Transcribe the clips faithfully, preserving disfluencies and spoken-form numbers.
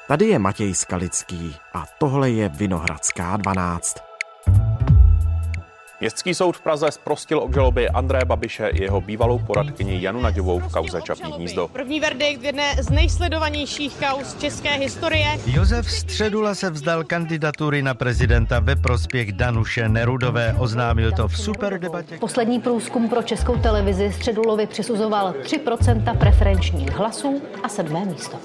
Tady je Matěj Skalický a tohle je Vinohradská dvanáct. Městský soud v Praze zprostil obžaloby Andreje Babiše i jeho bývalou poradkyni Janu Naďovou v kauze Čapí hnízdo. První verdikt v jedné z nejsledovanějších kauz české historie. Josef Středula se vzdal kandidatury na prezidenta ve prospěch Danuše Nerudové. Oznámil to v superdebatě. Poslední průzkum pro Českou televizi Středulovi přisuzoval tři procenta preferenčních hlasů a sedmé místo.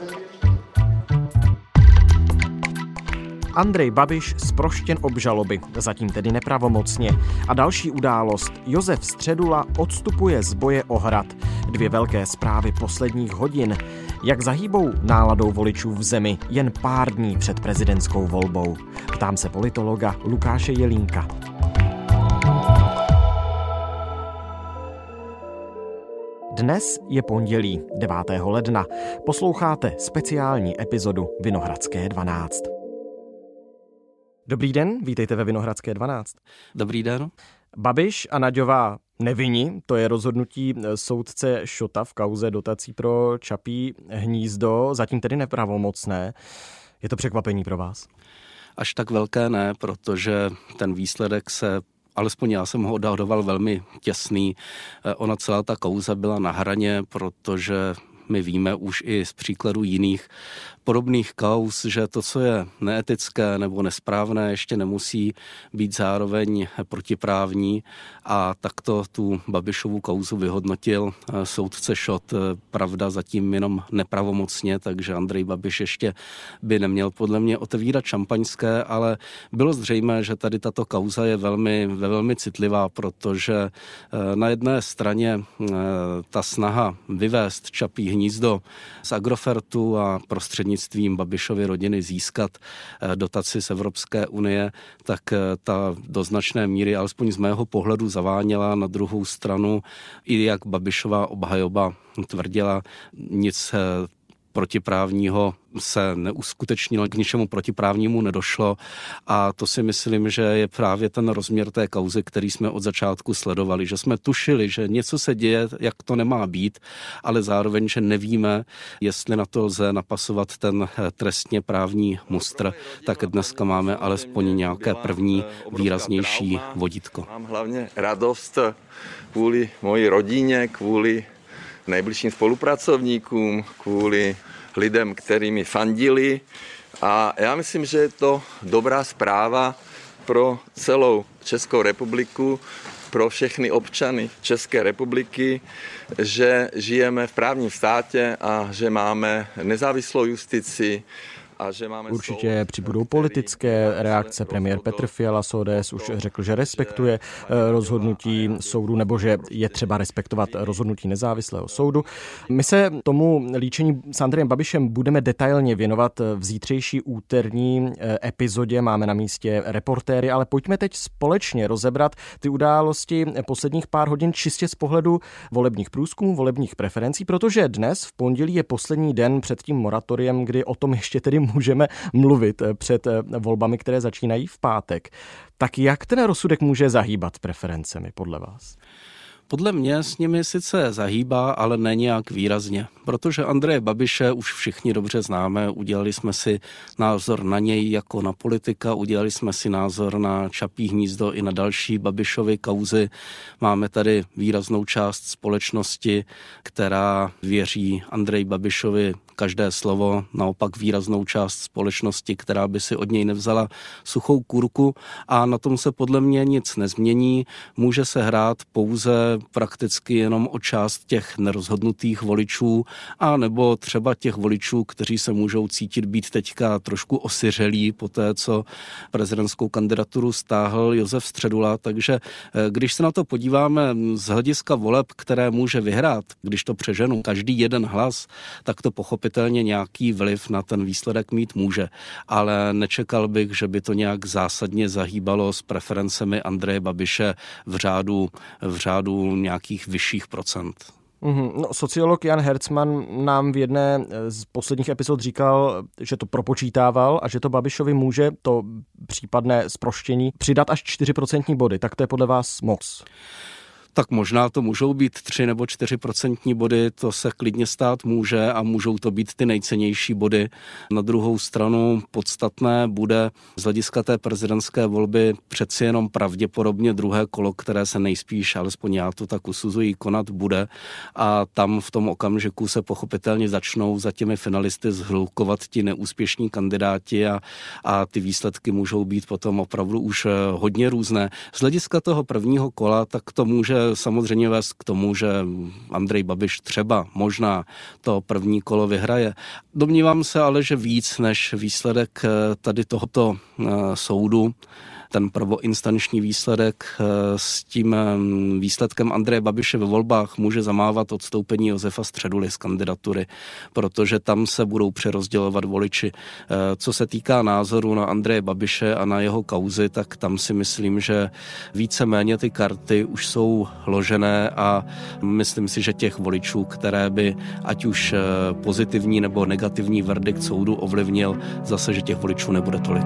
Andrej Babiš zproštěn obžaloby, zatím tedy nepravomocně. A další událost. Josef Středula odstupuje z boje o Hrad. Dvě velké zprávy posledních hodin. Jak zahýbou náladou voličů v zemi jen pár dní před prezidentskou volbou. Ptám se politologa Lukáše Jelínka. Dnes je pondělí, devátého ledna. Posloucháte speciální epizodu Vinohradské dvanáct. Dobrý den, vítejte ve Vinohradské dvanáct. Dobrý den. Babiš a Naďová nevinni, to je rozhodnutí soudce Šota v kauze dotací pro Čapí hnízdo, zatím tedy nepravomocné. Je to překvapení pro vás? Až tak velké ne, protože ten výsledek se, alespoň já jsem ho odhadoval, velmi těsný. Ona celá ta kauza byla na hraně, protože my víme už i z příkladů jiných podobných kauz, že to, co je neetické nebo nesprávné, ještě nemusí být zároveň protiprávní, a takto tu Babišovu kauzu vyhodnotil soudce Šot, pravda zatím jenom nepravomocně, takže Andrej Babiš ještě by neměl podle mě otevírat šampaňské, ale bylo zřejmé, že tady tato kauza je velmi, velmi citlivá, protože na jedné straně ta snaha vyvést Čapí hnízdo z Agrofertu a prostřednictvím Babišovy rodiny získat dotaci z Evropské unie, tak ta do značné míry, alespoň z mého pohledu, zaváněla. Na druhou stranu i jak Babišova obhajoba tvrdila, nic protiprávního se neuskutečnilo, k ničemu protiprávnímu nedošlo, a to si myslím, že je právě ten rozměr té kauzy, který jsme od začátku sledovali, že jsme tušili, že něco se děje, jak to nemá být, ale zároveň, že nevíme, jestli na to lze napasovat ten trestně právní mustr, tak dneska máme alespoň nějaké první výraznější vodítko. Mám hlavně radost kvůli mojí rodině, kvůli nejbližším spolupracovníkům, kvůli lidem, kteří mi fandili, a já myslím, že je to dobrá zpráva pro celou Českou republiku, pro všechny občany České republiky, že žijeme v právním státě a že máme nezávislou justici. Určitě přibudou politické reakce. Premiér Petr Fiala z O D S už řekl, že respektuje rozhodnutí soudu, nebo že je třeba respektovat rozhodnutí nezávislého soudu. My se tomu líčení s Andrejem Babišem budeme detailně věnovat v zítřejší úterní epizodě. Máme na místě reportéry, ale pojďme teď společně rozebrat ty události posledních pár hodin čistě z pohledu volebních průzkumů, volebních preferencí, protože dnes v pondělí je poslední den před tím moratoriem, kdy o tom ještě tedy můžeme mluvit před volbami, které začínají v pátek. Tak jak ten rozsudek může zahýbat preferencemi podle vás? Podle mě s nimi sice zahýbá, ale ne nějak výrazně, protože Andreje Babiše už všichni dobře známe, udělali jsme si názor na něj jako na politika, udělali jsme si názor na Čapí hnízdo i na další Babišovy kauzy. Máme tady výraznou část společnosti, která věří Andreji Babišovi každé slovo, naopak výraznou část společnosti, která by si od něj nevzala suchou kurku, a na tom se podle mě nic nezmění. Může se hrát pouze prakticky jenom o část těch nerozhodnutých voličů, a nebo třeba těch voličů, kteří se můžou cítit být teďka trošku osiřelí po té, co prezidentskou kandidaturu stáhl Josef Středula. Takže když se na to podíváme z hlediska voleb, které může vyhrát, když to přeženu každý jeden hlas, tak to pochopitelně nějaký vliv na ten výsledek mít může. Ale nečekal bych, že by to nějak zásadně zahýbalo s preferencemi Andreje Babiše v řádu, v řádu nějakých vyšších procent. Mm-hmm. No, sociolog Jan Hercman nám v jedné z posledních epizod říkal, že to propočítával a že to Babišovi může to případné zproštění přidat až čtyři procentní body. Tak to je podle vás moc? Tak možná to můžou být tři nebo čtyři procentní body, to se klidně stát může a můžou to být ty nejcennější body. Na druhou stranu podstatné bude z hlediska té prezidentské volby přeci jenom pravděpodobně druhé kolo, které se nejspíš, alespoň já to tak usuzuji, konat bude a tam v tom okamžiku se pochopitelně začnou za těmi finalisty zhlukovat ti neúspěšní kandidáti a, a ty výsledky můžou být potom opravdu už hodně různé. Z hlediska toho prvního kola tak to může samozřejmě vést k tomu, že Andrej Babiš třeba možná to první kolo vyhraje. Domnívám se ale, že víc než výsledek tady tohoto soudu, ten prvoinstanční výsledek s tím výsledkem Andreje Babiše ve volbách může zamávat odstoupení Josefa Středuly z kandidatury, protože tam se budou přerozdělovat voliči. Co se týká názoru na Andreje Babiše a na jeho kauzy, tak tam si myslím, že víceméně ty karty už jsou ložené a myslím si, že těch voličů, které by ať už pozitivní nebo negativní verdikt soudu ovlivnil, zase, že těch voličů nebude tolik.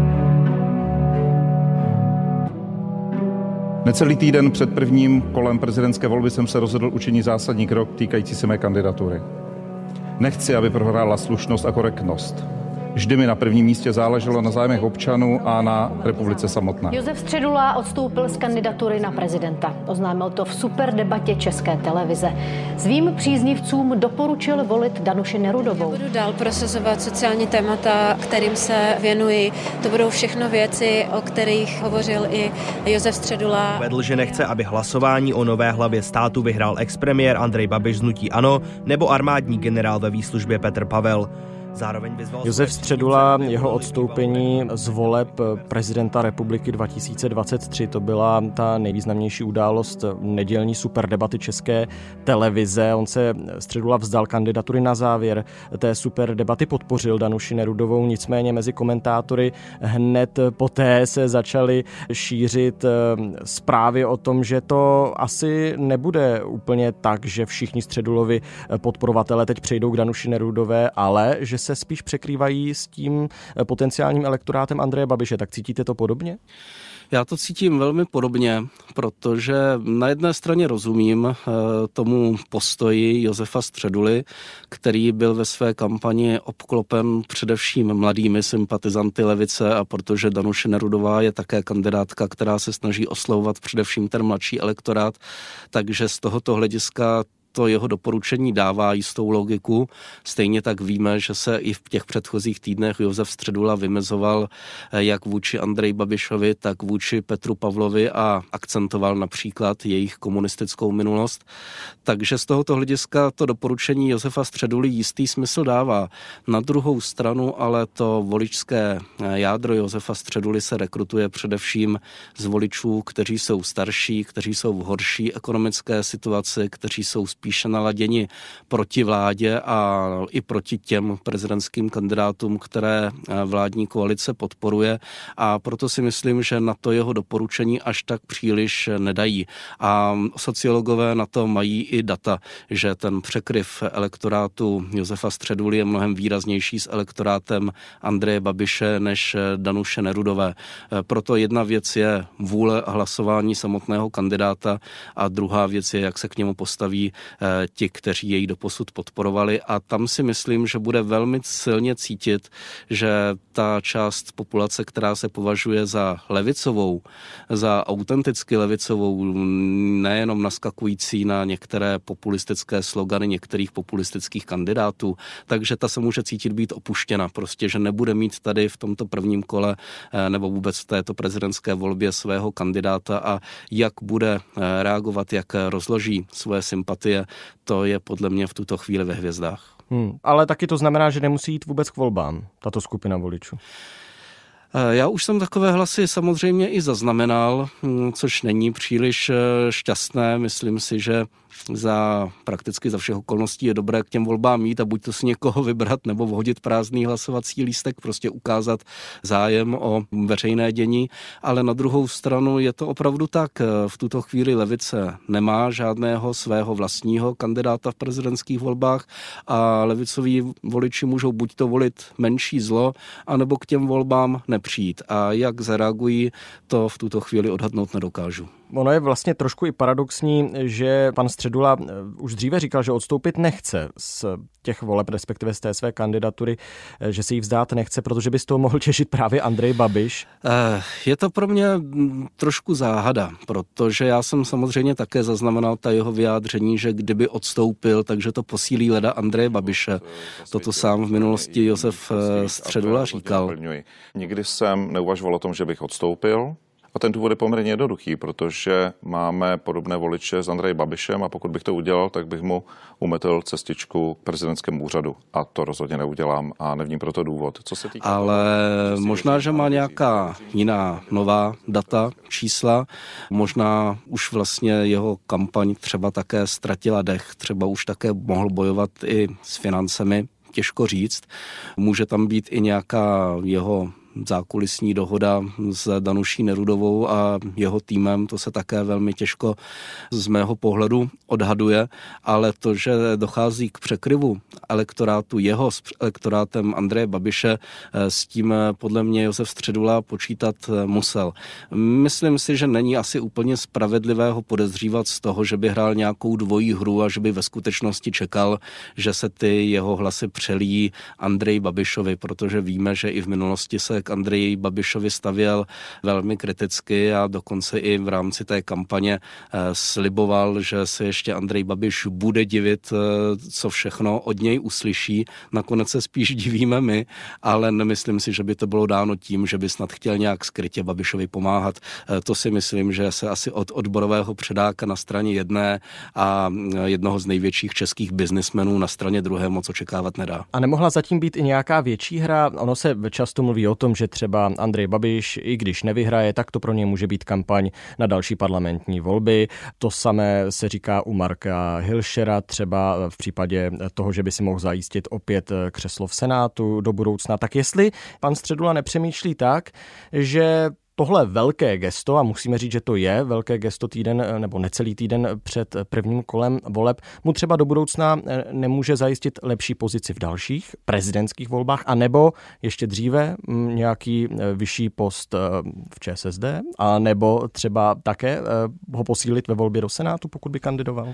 Necelý týden před prvním kolem prezidentské volby jsem se rozhodl učinit zásadní krok týkající se mé kandidatury. Nechci, aby prohrála slušnost a korektnost. Vždy mi na prvním místě záleželo na zájmech občanů a na republice samotné. Josef Středula odstoupil z kandidatury na prezidenta. Oznámil to v superdebatě České televize. Svým příznivcům doporučil volit Danuši Nerudovou. Já budu dál prosazovat sociální témata, kterým se věnuji. To budou všechno věci, o kterých hovořil i Josef Středula. Vedl, že nechce, aby hlasování o nové hlavě státu vyhrál expremiér Andrej Babiš z hnutí ANO nebo armádní generál ve výslužbě Petr Pavel. Josef Středula, jeho odstoupení z voleb prezidenta republiky dva tisíce dvacet tři, to byla ta nejvýznamnější událost nedělní superdebaty České televize. On se Středula vzdal kandidatury na závěr té superdebaty, podpořil Danuši Nerudovou, nicméně mezi komentátory hned poté se začaly šířit zprávy o tom, že to asi nebude úplně tak, že všichni Středulovi podporovatelé teď přejdou k Danuši Nerudové, ale že se spíš překrývají s tím potenciálním elektorátem Andreje Babiše. Tak cítíte to podobně? Já to cítím velmi podobně, protože na jedné straně rozumím tomu postoji Josefa Středuly, který byl ve své kampani obklopen především mladými sympatizanty levice a protože Danuše Nerudová je také kandidátka, která se snaží oslovovat především ten mladší elektorát, takže z tohoto hlediska to jeho doporučení dává jistou logiku. Stejně tak víme, že se i v těch předchozích týdnech Josef Středula vymezoval jak vůči Andreji Babišovi, tak vůči Petru Pavlovi a akcentoval například jejich komunistickou minulost. Takže z tohoto hlediska to doporučení Josefa Středuly jistý smysl dává. Na druhou stranu ale to voličské jádro Josefa Středuly se rekrutuje především z voličů, kteří jsou starší, kteří jsou v horší ekonomické situaci, kteří jsou spíše naladěni proti vládě a i proti těm prezidentským kandidátům, které vládní koalice podporuje a proto si myslím, že na to jeho doporučení až tak příliš nedají. A sociologové na to mají i data, že ten překryv elektorátu Josefa Středuly je mnohem výraznější s elektorátem Andreje Babiše než Danuše Nerudové. Proto jedna věc je vůle a hlasování samotného kandidáta a druhá věc je, jak se k němu postaví ti, kteří jej doposud podporovali a tam si myslím, že bude velmi silně cítit, že ta část populace, která se považuje za levicovou, za autenticky levicovou, nejenom naskakující na některé populistické slogany některých populistických kandidátů, takže ta se může cítit být opuštěna, prostě, že nebude mít tady v tomto prvním kole nebo vůbec v této prezidentské volbě svého kandidáta a jak bude reagovat, jak rozloží svoje sympatie, to je podle mě v tuto chvíli ve hvězdách. Hmm, ale taky to znamená, že nemusí jít vůbec k volbám, tato skupina voličů. Já už jsem takové hlasy samozřejmě i zaznamenal, což není příliš šťastné. Myslím si, že za prakticky za všech okolností je dobré k těm volbám jít a buď to si někoho vybrat nebo vhodit prázdný hlasovací lístek, prostě ukázat zájem o veřejné dění, ale na druhou stranu je to opravdu tak. V tuto chvíli levice nemá žádného svého vlastního kandidáta v prezidentských volbách a levicoví voliči můžou buď to volit menší zlo, anebo k těm volbám nepřijít. A jak zareagují, to v tuto chvíli odhadnout nedokážu. Ono je vlastně trošku i paradoxní, že pan Středula už dříve říkal, že odstoupit nechce z těch voleb, respektive z té své kandidatury, že se jí vzdát nechce, protože by z toho mohl těžit právě Andrej Babiš. Je to pro mě trošku záhada, protože já jsem samozřejmě také zaznamenal ta jeho vyjádření, že kdyby odstoupil, takže to posílí leda Andreje Babiše. Toto sám v minulosti Josef Středula říkal. Nikdy jsem neuvažoval o tom, že bych odstoupil. A ten důvod je poměrně jednoduchý, protože máme podobné voliče s Andrejem Babišem a pokud bych to udělal, tak bych mu umetl cestičku k prezidentskému úřadu. A to rozhodně neudělám a nevním proto důvod. Co se týká Ale toho, možná, že má nějaká jiná nová data, čísla. Možná už vlastně jeho kampaň třeba také ztratila dech. Třeba už také mohl bojovat i s financemi. Těžko říct. Může tam být i nějaká jeho zákulisní dohoda s Danuší Nerudovou a jeho týmem, to se také velmi těžko z mého pohledu odhaduje, ale to, že dochází k překryvu elektorátu jeho s elektorátem Andreje Babiše, s tím podle mě Josef Středula počítat musel. Myslím si, že není asi úplně spravedlivého podezřívat z toho, že by hrál nějakou dvojí hru a že by ve skutečnosti čekal, že se ty jeho hlasy přelíjí Andreji Babišovi, protože víme, že i v minulosti se k Andreji Babišovi stavěl velmi kriticky a dokonce i v rámci té kampaně sliboval, že se ještě Andrej Babiš bude divit, co všechno od něj uslyší. Nakonec se spíš divíme my, ale nemyslím si, že by to bylo dáno tím, že by snad chtěl nějak skrytě Babišovi pomáhat. To si myslím, že se asi od odborového předáka na straně jedné a jednoho z největších českých biznismenů na straně druhé moc očekávat nedá. A nemohla zatím být i nějaká větší hra? Ono se často mluví o tom, že třeba Andrej Babiš, i když nevyhraje, tak to pro ně může být kampaň na další parlamentní volby. To samé se říká u Marka Hilšera, třeba v případě toho, že by si mohl zajistit opět křeslo v Senátu do budoucna. Tak jestli pan Středula nepřemýšlí tak, že tohle velké gesto, a musíme říct, že to je velké gesto týden nebo necelý týden před prvním kolem voleb, mu třeba do budoucna nemůže zajistit lepší pozici v dalších prezidentských volbách, anebo ještě dříve nějaký vyšší post v ČSSD, a nebo třeba také ho posílit ve volbě do Senátu, pokud by kandidoval?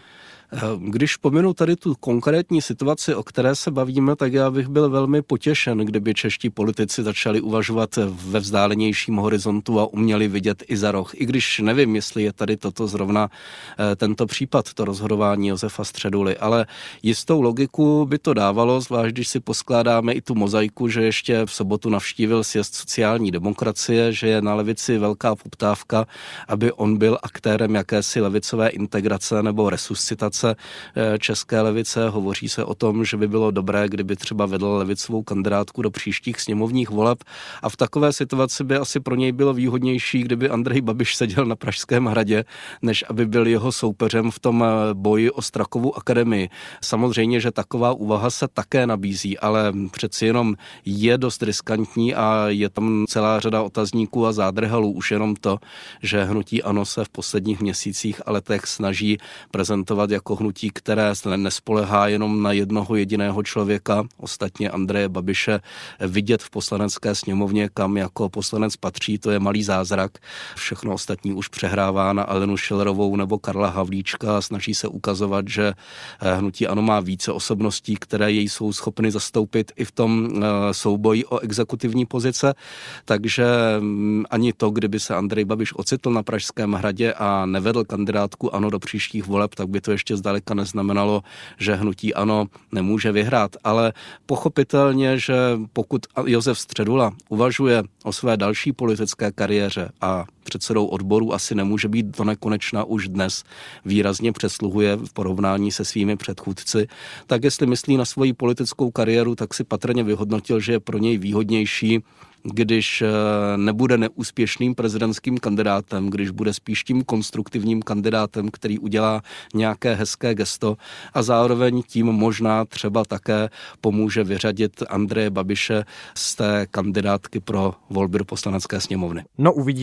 Když pominu tady tu konkrétní situaci, o které se bavíme, tak já bych byl velmi potěšen, kdyby čeští politici začali uvažovat ve vzdálenějším horizontu a uměli vidět i za roh. I když nevím, jestli je tady toto zrovna tento případ, to rozhodování Josefa Středuly, ale jistou logiku by to dávalo, zvlášť když si poskládáme i tu mozaiku, že ještě v sobotu navštívil sjezd sociální demokracie, že je na levici velká poptávka, aby on byl aktérem jakési levicové integrace nebo resuscitace české levice. Hovoří se o tom, že by bylo dobré, kdyby třeba vedl levicovou kandidátku do příštích sněmovních voleb, a v takové situaci by asi pro něj bylo výhodnější, kdyby Andrej Babiš seděl na Pražském hradě, než aby byl jeho soupeřem v tom boji o Strakovu akademii. Samozřejmě, že taková úvaha se také nabízí, ale přeci jenom je dost riskantní a je tam celá řada otazníků a zádrhelů. Už jenom to, že hnutí ANO se v posledních měsících a letech snaží prezentovat jako hnutí, které se nespolehá jenom na jednoho jediného člověka, ostatně Andreje Babiše, vidět v poslanecké sněmovně, kam jako poslanec patří, to je malý zázrak. Všechno ostatní už přehrává na Alenu Schillerovou nebo Karla Havlíčka a snaží se ukazovat, že hnutí ANO má více osobností, které jej jsou schopny zastoupit i v tom souboji o exekutivní pozice. Takže ani to, kdyby se Andrej Babiš ocitl na Pražském hradě a nevedl kandidátku ANO do příštích voleb, tak by to ještě zdaleka neznamenalo, že hnutí ANO nemůže vyhrát. Ale pochopitelně, že pokud Josef Středula uvažuje o své další politické kariéře a předsedou odboru asi nemůže být do nekonečna už dnes, výrazně přesluhuje v porovnání se svými předchůdci, tak jestli myslí na svoji politickou kariéru, tak si patrně vyhodnotil, že je pro něj výhodnější, když nebude neúspěšným prezidentským kandidátem, když bude spíš tím konstruktivním kandidátem, který udělá nějaké hezké gesto a zároveň tím možná třeba také pomůže vyřadit Andreje Babiše z té kandidátky pro volby do poslanecké sněmovny. No uvidíme, kdo ta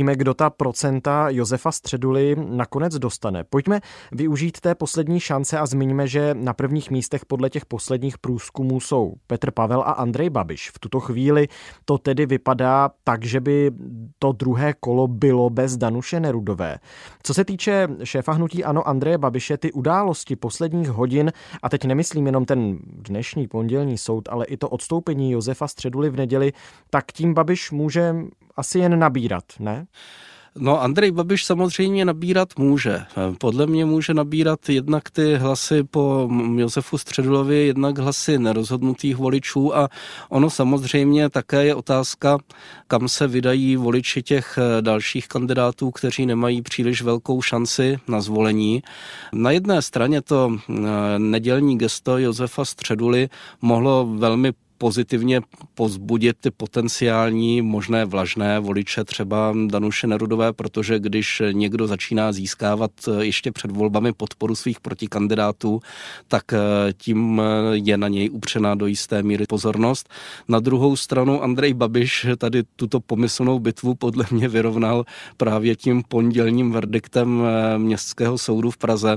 procenta Josefa Středuly nakonec dostane. Pojďme využít té poslední šance a zmiňme, že na prvních místech podle těch posledních průzkumů jsou Petr Pavel a Andrej Babiš. V tuto chvíli to tedy vypadá tak, že by to druhé kolo bylo bez Danuše Nerudové. Co se týče šéfa hnutí ANO Andreje Babiše, ty události posledních hodin, a teď nemyslím jenom ten dnešní pondělní soud, ale i to odstoupení Josefa Středuly v neděli, tak tím Babiš může asi jen nabírat, ne? No, Andrej Babiš samozřejmě nabírat může. Podle mě může nabírat jednak ty hlasy po Josefu Středulovi, jednak hlasy nerozhodnutých voličů a ono samozřejmě také je otázka, kam se vydají voliči těch dalších kandidátů, kteří nemají příliš velkou šanci na zvolení. Na jedné straně to nedělní gesto Josefa Středuly mohlo velmi pozitivně povzbudit ty potenciální možné vlažné voliče třeba Danuše Nerudové, protože když někdo začíná získávat ještě před volbami podporu svých protikandidátů, tak tím je na něj upřená do jisté míry pozornost. Na druhou stranu Andrej Babiš tady tuto pomyslnou bitvu podle mě vyrovnal právě tím pondělním verdiktem Městského soudu v Praze,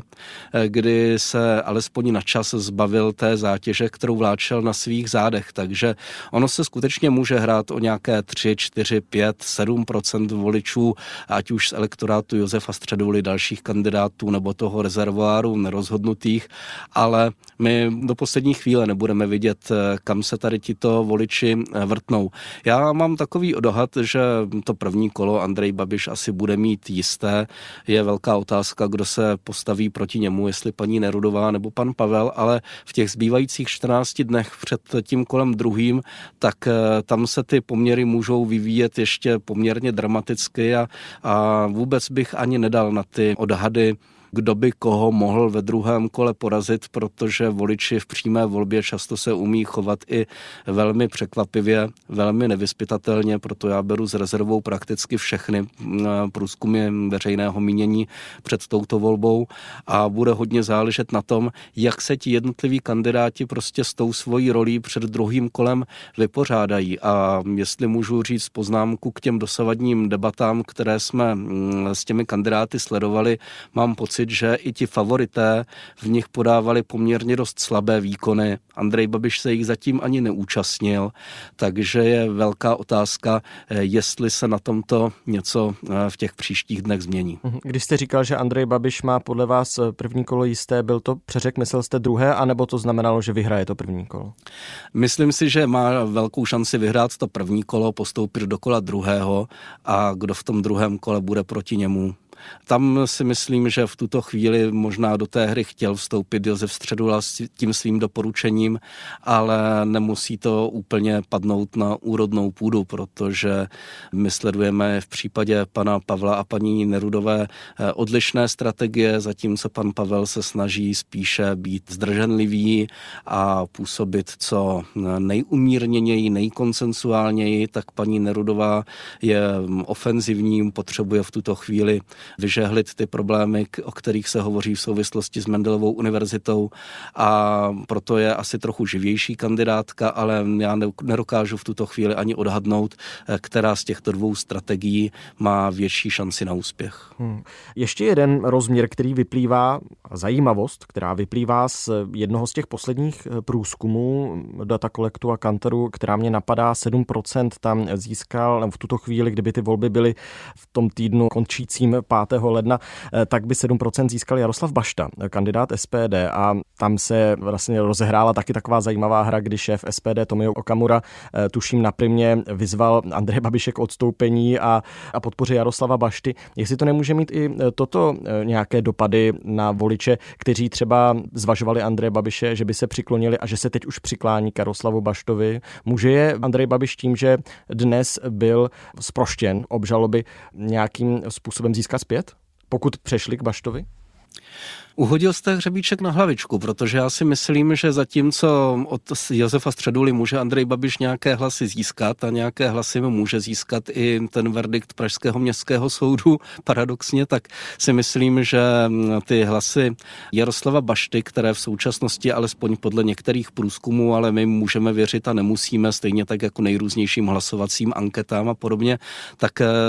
kdy se alespoň na čas zbavil té zátěže, kterou vláčel na svých zádech. Takže ono se skutečně může hrát o nějaké tři, čtyři, pět, sedm procent voličů, ať už z elektorátu Josefa Středuly, dalších kandidátů nebo toho rezervoáru nerozhodnutých, ale my do poslední chvíle nebudeme vidět, kam se tady tito voliči vrtnou. Já mám takový odhad, že to první kolo Andrej Babiš asi bude mít jisté. Je velká otázka, kdo se postaví proti němu, jestli paní Nerudová nebo pan Pavel, ale v těch zbývajících čtrnácti dnech před tím kolem druhým, tak tam se ty poměry můžou vyvíjet ještě poměrně dramaticky a, a vůbec bych ani nedal na ty odhady, kdo by koho mohl ve druhém kole porazit, protože voliči v přímé volbě často se umí chovat i velmi překvapivě, velmi nevyzpytatelně, proto já beru s rezervou prakticky všechny průzkumy veřejného mínění před touto volbou a bude hodně záležet na tom, jak se ti jednotliví kandidáti prostě s tou svojí rolí před druhým kolem vypořádají. A jestli můžu říct poznámku k těm dosavadním debatám, které jsme s těmi kandidáty sledovali, mám pocit, že i ti favorité v nich podávali poměrně dost slabé výkony. Andrej Babiš se jich zatím ani neúčastnil, takže je velká otázka, jestli se na tomto něco v těch příštích dnech změní. Když jste říkal, že Andrej Babiš má podle vás první kolo jisté, byl to přeřek, myslel jste druhé, anebo to znamenalo, že vyhraje to první kolo? Myslím si, že má velkou šanci vyhrát to první kolo, postoupit do kola druhého a kdo v tom druhém kole bude proti němu. Tam si myslím, že v tuto chvíli možná do té hry chtěl vstoupit Josef Středula s tím svým doporučením, ale nemusí to úplně padnout na úrodnou půdu, protože my sledujeme v případě pana Pavla a paní Nerudové odlišné strategie, zatímco pan Pavel se snaží spíše být zdrženlivý a působit co nejumírněněji, nejkonsensuálněji, tak paní Nerudová je ofenzivní, potřebuje v tuto chvíli vyžehlit ty problémy, o kterých se hovoří v souvislosti s Mendelovou univerzitou a proto je asi trochu živější kandidátka, ale já nedokážu v tuto chvíli ani odhadnout, která z těchto dvou strategií má větší šanci na úspěch. Hmm. Ještě jeden rozměr, který vyplývá, zajímavost, která vyplývá z jednoho z těch posledních průzkumů Data Collectu a Kantaru, která mě napadá, sedm procent tam získal v tuto chvíli, kdyby ty volby byly v tom týdnu končícím pátého ledna, tak by sedm procent získal Jaroslav Bašta, kandidát S P D, a tam se vlastně rozehrála taky taková zajímavá hra, kdy šéf S P D Tomio Okamura, tuším na Primě, vyzval Andreje Babiše k odstoupení a, a podpoře Jaroslava Bašty. Jestli to nemůže mít i toto nějaké dopady na voliče, kteří třeba zvažovali Andreje Babiše, že by se přiklonili a že se teď už přiklání k Jaroslavu Baštovi. Může je Andrej Babiš tím, že dnes byl zproštěn obžaloby, nějakým způsobem získat zpět, pokud přešli k Baštovi? Uhodil jste hřebíček na hlavičku, protože já si myslím, že zatímco od Josefa Středuly může Andrej Babiš nějaké hlasy získat a nějaké hlasy může získat i ten verdikt Pražského městského soudu, paradoxně, tak si myslím, že ty hlasy Jaroslava Bašty, které v současnosti, alespoň podle některých průzkumů, ale my můžeme věřit a nemusíme, stejně tak jako nejrůznějším hlasovacím anketám a podobně, tak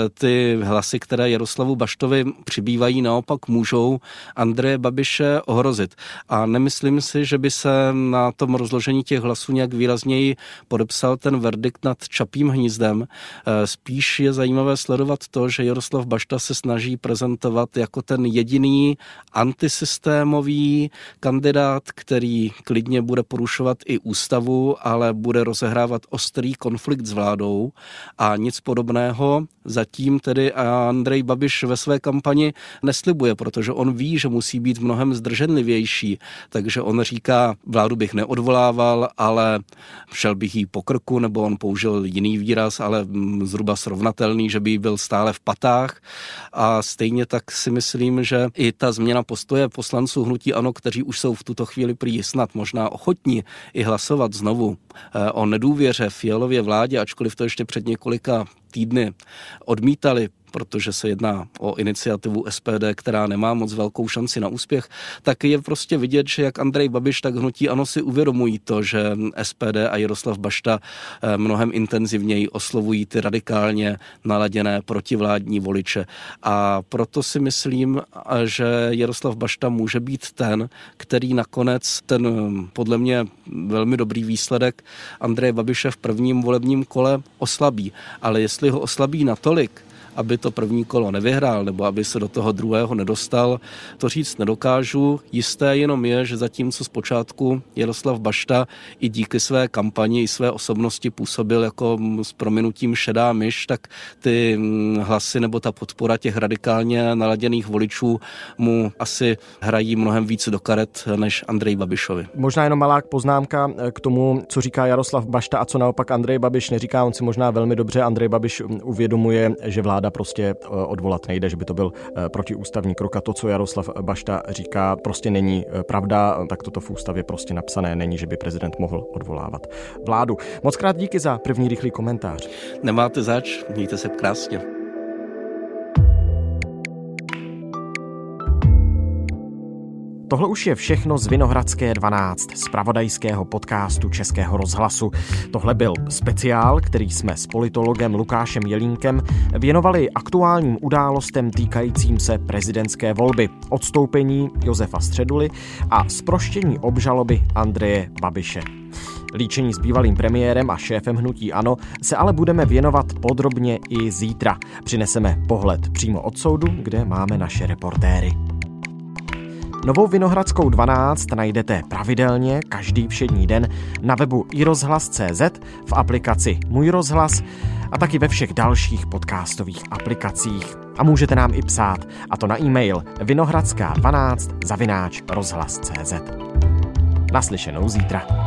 ty hlasy, které Jaroslavu Baštovi přibývají, naopak můžou Andreje Babiše ohrozit. A nemyslím si, že by se na tom rozložení těch hlasů nějak výrazněji podepsal ten verdikt nad Čapím hnízdem. Spíš je zajímavé sledovat to, že Jaroslav Bašta se snaží prezentovat jako ten jediný antisystémový kandidát, který klidně bude porušovat i ústavu, ale bude rozehrávat ostrý konflikt s vládou a nic podobného zatím tedy Andrej Babiš ve své kampani neslibuje, protože on ví, že musí být mnohem zdrženlivější, takže on říká, vládu bych neodvolával, ale šel bych jí po krku, nebo on použil jiný výraz, ale zhruba srovnatelný, že by byl stále v patách a stejně tak si myslím, že i ta změna postoje poslanců hnutí ANO, kteří už jsou v tuto chvíli prý snad možná ochotní i hlasovat znovu o nedůvěře Fialově vládě, ačkoliv to ještě před několika týdny odmítali, protože se jedná o iniciativu S P D, která nemá moc velkou šanci na úspěch, tak je prostě vidět, že jak Andrej Babiš, tak hnutí ANO si uvědomují to, že S P D a Jaroslav Bašta mnohem intenzivněji oslovují ty radikálně naladěné protivládní voliče. A proto si myslím, že Jaroslav Bašta může být ten, který nakonec ten podle mě velmi dobrý výsledek Andreje Babiše v prvním volebním kole oslabí. Ale jestli ho oslabí natolik, aby to první kolo nevyhrál, nebo aby se do toho druhého nedostal, to říct nedokážu. Jisté jenom je, že zatímco zpočátku Jaroslav Bašta i díky své kampani, i své osobnosti působil jako s prominutím šedá myš, tak ty hlasy nebo ta podpora těch radikálně naladěných voličů mu asi hrají mnohem víc do karet než Andrej Babišovi. Možná jenom malá poznámka k tomu, co říká Jaroslav Bašta a co naopak Andrej Babiš neříká. On si možná velmi dobře Andrej Babiš uvědomuje, že vláda prostě odvolat nejde, že by to byl protiústavní krok a to, co Jaroslav Bašta říká, prostě není pravda, tak toto v ústavě prostě napsané není, že by prezident mohl odvolávat vládu. Moc krát díky za první rychlý komentář. Nemáte zač, mějte se krásně. Tohle už je všechno z Vinohradské dvanáct, zpravodajského podcastu Českého rozhlasu. Tohle byl speciál, který jsme s politologem Lukášem Jelínkem věnovali aktuálním událostem týkajícím se prezidentské volby, odstoupení Josefa Středuly a zproštění obžaloby Andreje Babiše. Líčení s bývalým premiérem a šéfem hnutí ANO se ale budeme věnovat podrobně i zítra. Přineseme pohled přímo od soudu, kde máme naše reportéry. Novou Vinohradskou dvanáct najdete pravidelně každý všední den na webu i rozhlas tečka cé zet, v aplikaci Můj rozhlas a taky ve všech dalších podcastových aplikacích. A můžete nám i psát, a to na e-mail vinohradská dvanáct zavináč rozhlas tečka cé zet. Naslyšenou zítra.